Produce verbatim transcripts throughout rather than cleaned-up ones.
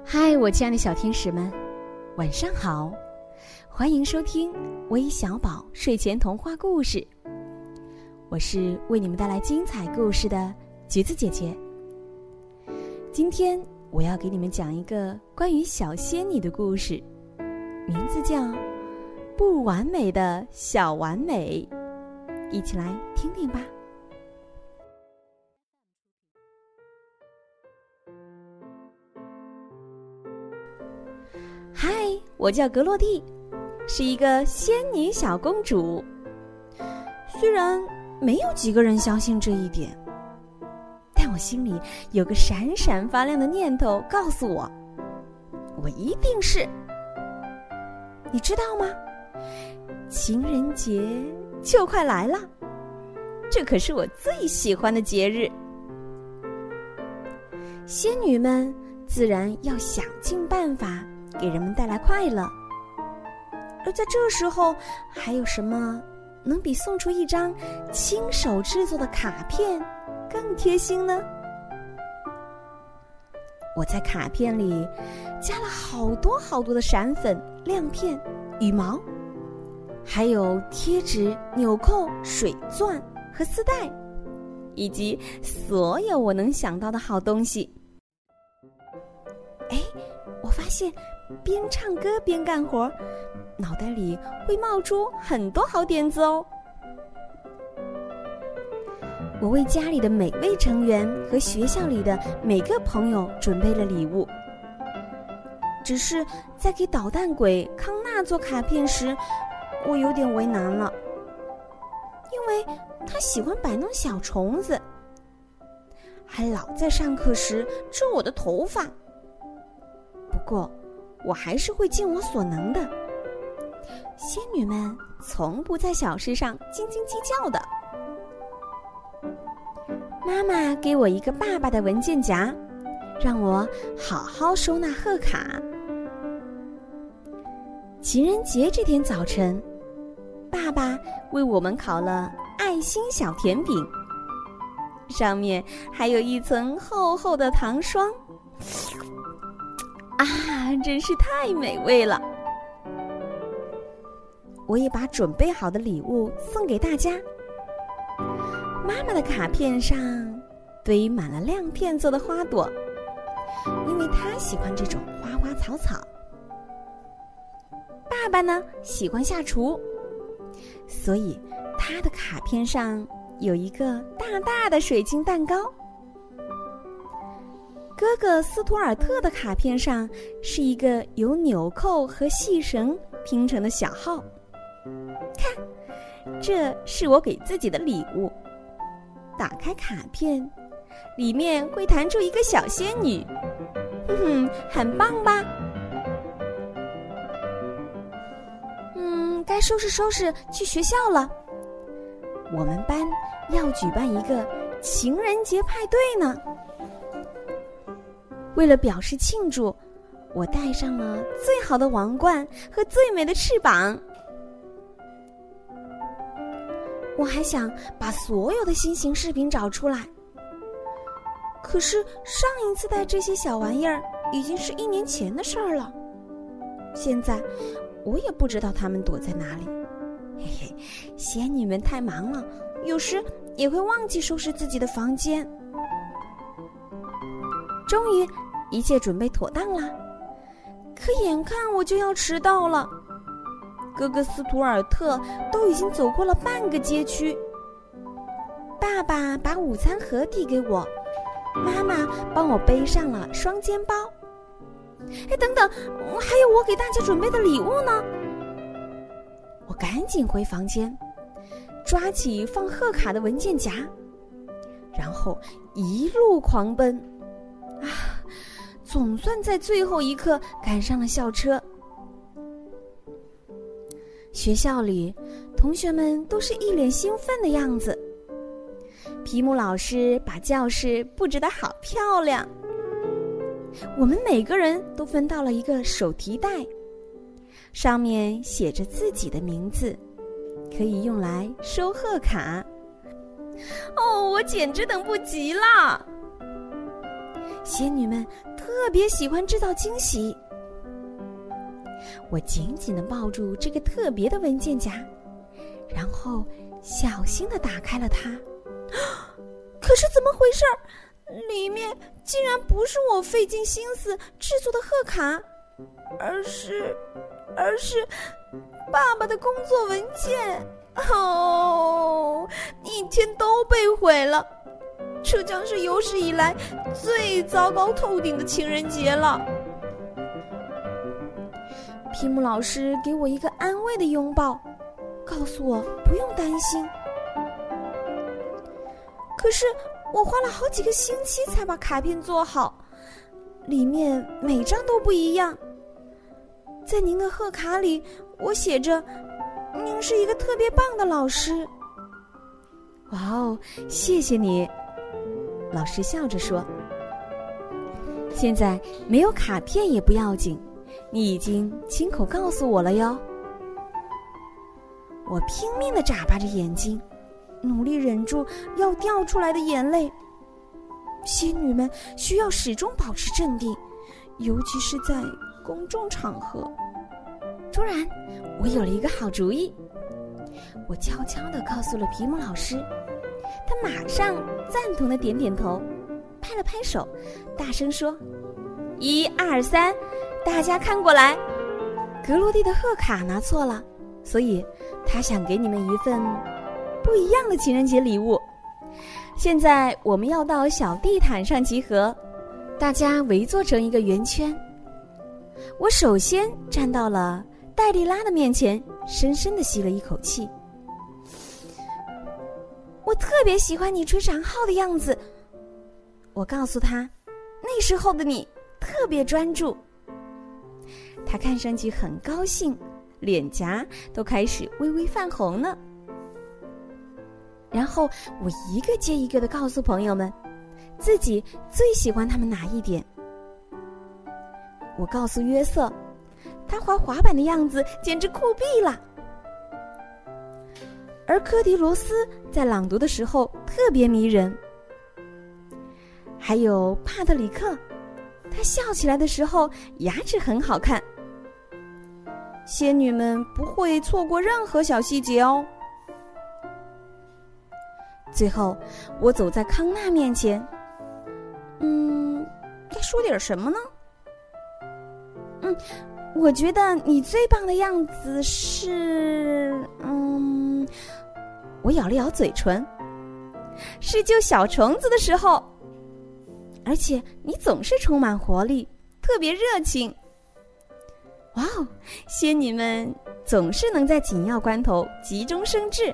嗨，我亲爱的小天使们，晚上好！欢迎收听微小宝睡前童话故事，我是为你们带来精彩故事的橘子姐姐。今天我要给你们讲一个关于小仙女的故事，名字叫《不完美的小完美》，一起来听听吧。嗨，我叫格洛蒂，是一个仙女小公主。虽然没有几个人相信这一点，但我心里有个闪闪发亮的念头告诉我，我一定是。你知道吗？情人节就快来了，这可是我最喜欢的节日。仙女们自然要想尽办法给人们带来快乐，而在这时候，还有什么能比送出一张亲手制作的卡片更贴心呢？我在卡片里加了好多好多的闪粉、亮片、羽毛，还有贴纸、纽扣、水钻和丝带，以及所有我能想到的好东西。哎，我发现边唱歌边干活，脑袋里会冒出很多好点子哦。我为家里的每位成员和学校里的每个朋友准备了礼物，只是在给捣蛋鬼康纳做卡片时，我有点为难了，因为他喜欢摆弄小虫子，还老在上课时遮我的头发。不过我还是会尽我所能的，仙女们从不在小事上斤斤计较的。妈妈给我一个爸爸的文件夹，让我好好收纳贺卡。情人节这天早晨，爸爸为我们烤了爱心小甜饼，上面还有一层厚厚的糖霜。啊，真是太美味了！我也把准备好的礼物送给大家。妈妈的卡片上堆满了亮片做的花朵，因为她喜欢这种花花草草。爸爸呢，喜欢下厨，所以他的卡片上有一个大大的水晶蛋糕。哥哥斯图尔特的卡片上是一个由纽扣和细绳拼成的小号，看，这是我给自己的礼物。打开卡片，里面会弹出一个小仙女，哼哼，很棒吧？嗯，该收拾收拾去学校了。我们班要举办一个情人节派对呢。为了表示庆祝，我戴上了最好的王冠和最美的翅膀。我还想把所有的新型饰品找出来，可是上一次戴这些小玩意儿已经是一年前的事儿了。现在我也不知道它们躲在哪里。嘿嘿，仙女们太忙了，有时也会忘记收拾自己的房间。终于一切准备妥当了，可眼看我就要迟到了。哥哥斯图尔特都已经走过了半个街区。爸爸把午餐盒递给我，妈妈帮我背上了双肩包。哎，等等，还有我给大家准备的礼物呢。我赶紧回房间，抓起放贺卡的文件夹，然后一路狂奔。啊，总算在最后一刻赶上了校车。学校里，同学们都是一脸兴奋的样子。皮姆老师把教室布置得好漂亮。我们每个人都分到了一个手提袋，上面写着自己的名字，可以用来收贺卡。哦，我简直等不及了！仙女们特别喜欢制造惊喜。我紧紧地抱住这个特别的文件夹，然后小心地打开了它。可是怎么回事？里面竟然不是我费尽心思制作的贺卡，而是而是爸爸的工作文件。哦，一天都被毁了，这将是有史以来最糟糕透顶的情人节了。皮姆老师给我一个安慰的拥抱，告诉我不用担心。可是我花了好几个星期才把卡片做好，里面每张都不一样。在您的贺卡里，我写着您是一个特别棒的老师。哇哦，谢谢你，老师笑着说。现在没有卡片也不要紧，你已经亲口告诉我了哟。我拼命地眨巴着眼睛，努力忍住要掉出来的眼泪。仙女们需要始终保持镇定，尤其是在公众场合。突然，我有了一个好主意。我悄悄地告诉了皮姆老师，他马上赞同地点点头，拍了拍手，大声说：一二三，大家看过来。格罗蒂的贺卡拿错了，所以他想给你们一份不一样的情人节礼物。现在我们要到小地毯上集合，大家围坐成一个圆圈。我首先站到了黛丽拉的面前，深深地吸了一口气。我特别喜欢你吹长号的样子，我告诉他，那时候的你特别专注。他看上去很高兴，脸颊都开始微微泛红呢。然后我一个接一个地告诉朋友们，自己最喜欢他们哪一点。我告诉约瑟，他滑滑板的样子简直酷毙了。而科迪罗斯在朗读的时候特别迷人。还有帕特里克，他笑起来的时候牙齿很好看。仙女们不会错过任何小细节哦。最后，我走在康纳面前，嗯，该说点什么呢？嗯，我觉得你最棒的样子是，嗯，我咬了咬嘴唇，是救小虫子的时候。而且你总是充满活力，特别热情。哇哦，仙女们总是能在紧要关头急中生智。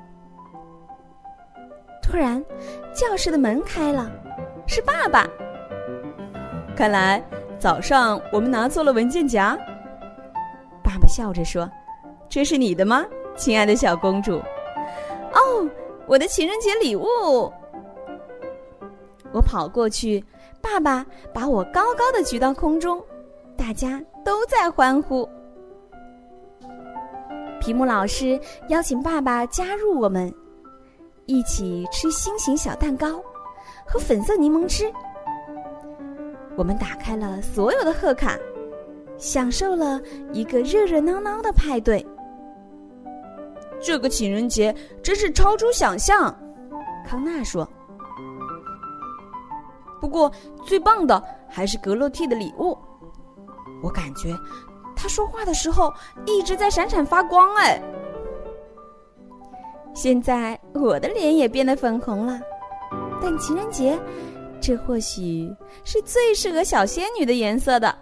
突然，教室的门开了，是爸爸。看来早上我们拿错了文件夹。爸爸笑着说：“这是你的吗，亲爱的小公主？”哦，我的情人节礼物。我跑过去，爸爸把我高高的举到空中，大家都在欢呼。皮姆老师邀请爸爸加入我们，一起吃心形小蛋糕和粉色柠檬汁。我们打开了所有的贺卡，享受了一个热热闹闹的派对。这个情人节真是超出想象，康纳说。不过最棒的还是格洛蒂的礼物，我感觉他说话的时候一直在闪闪发光哎。现在我的脸也变得粉红了，但情人节，这或许是最适合小仙女的颜色的。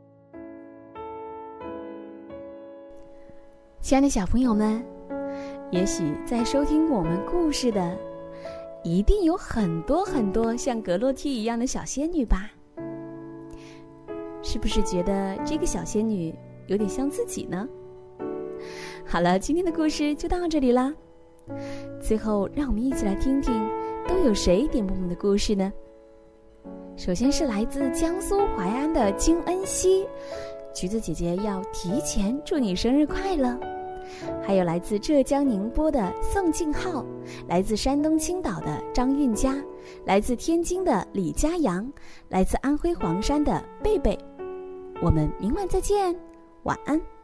亲爱的小朋友们，也许在收听我们故事的一定有很多很多像格洛蒂一样的小仙女吧？是不是觉得这个小仙女有点像自己呢？好了，今天的故事就到这里啦。最后，让我们一起来听听都有谁点播我们的故事呢？首先是来自江苏淮安的金恩熙，橘子姐姐要提前祝你生日快乐。 还有来自浙江宁波的宋静浩，来自山东青岛的张韵佳，来自天津的李佳阳，来自安徽黄山的贝贝。我们明晚再见，晚安。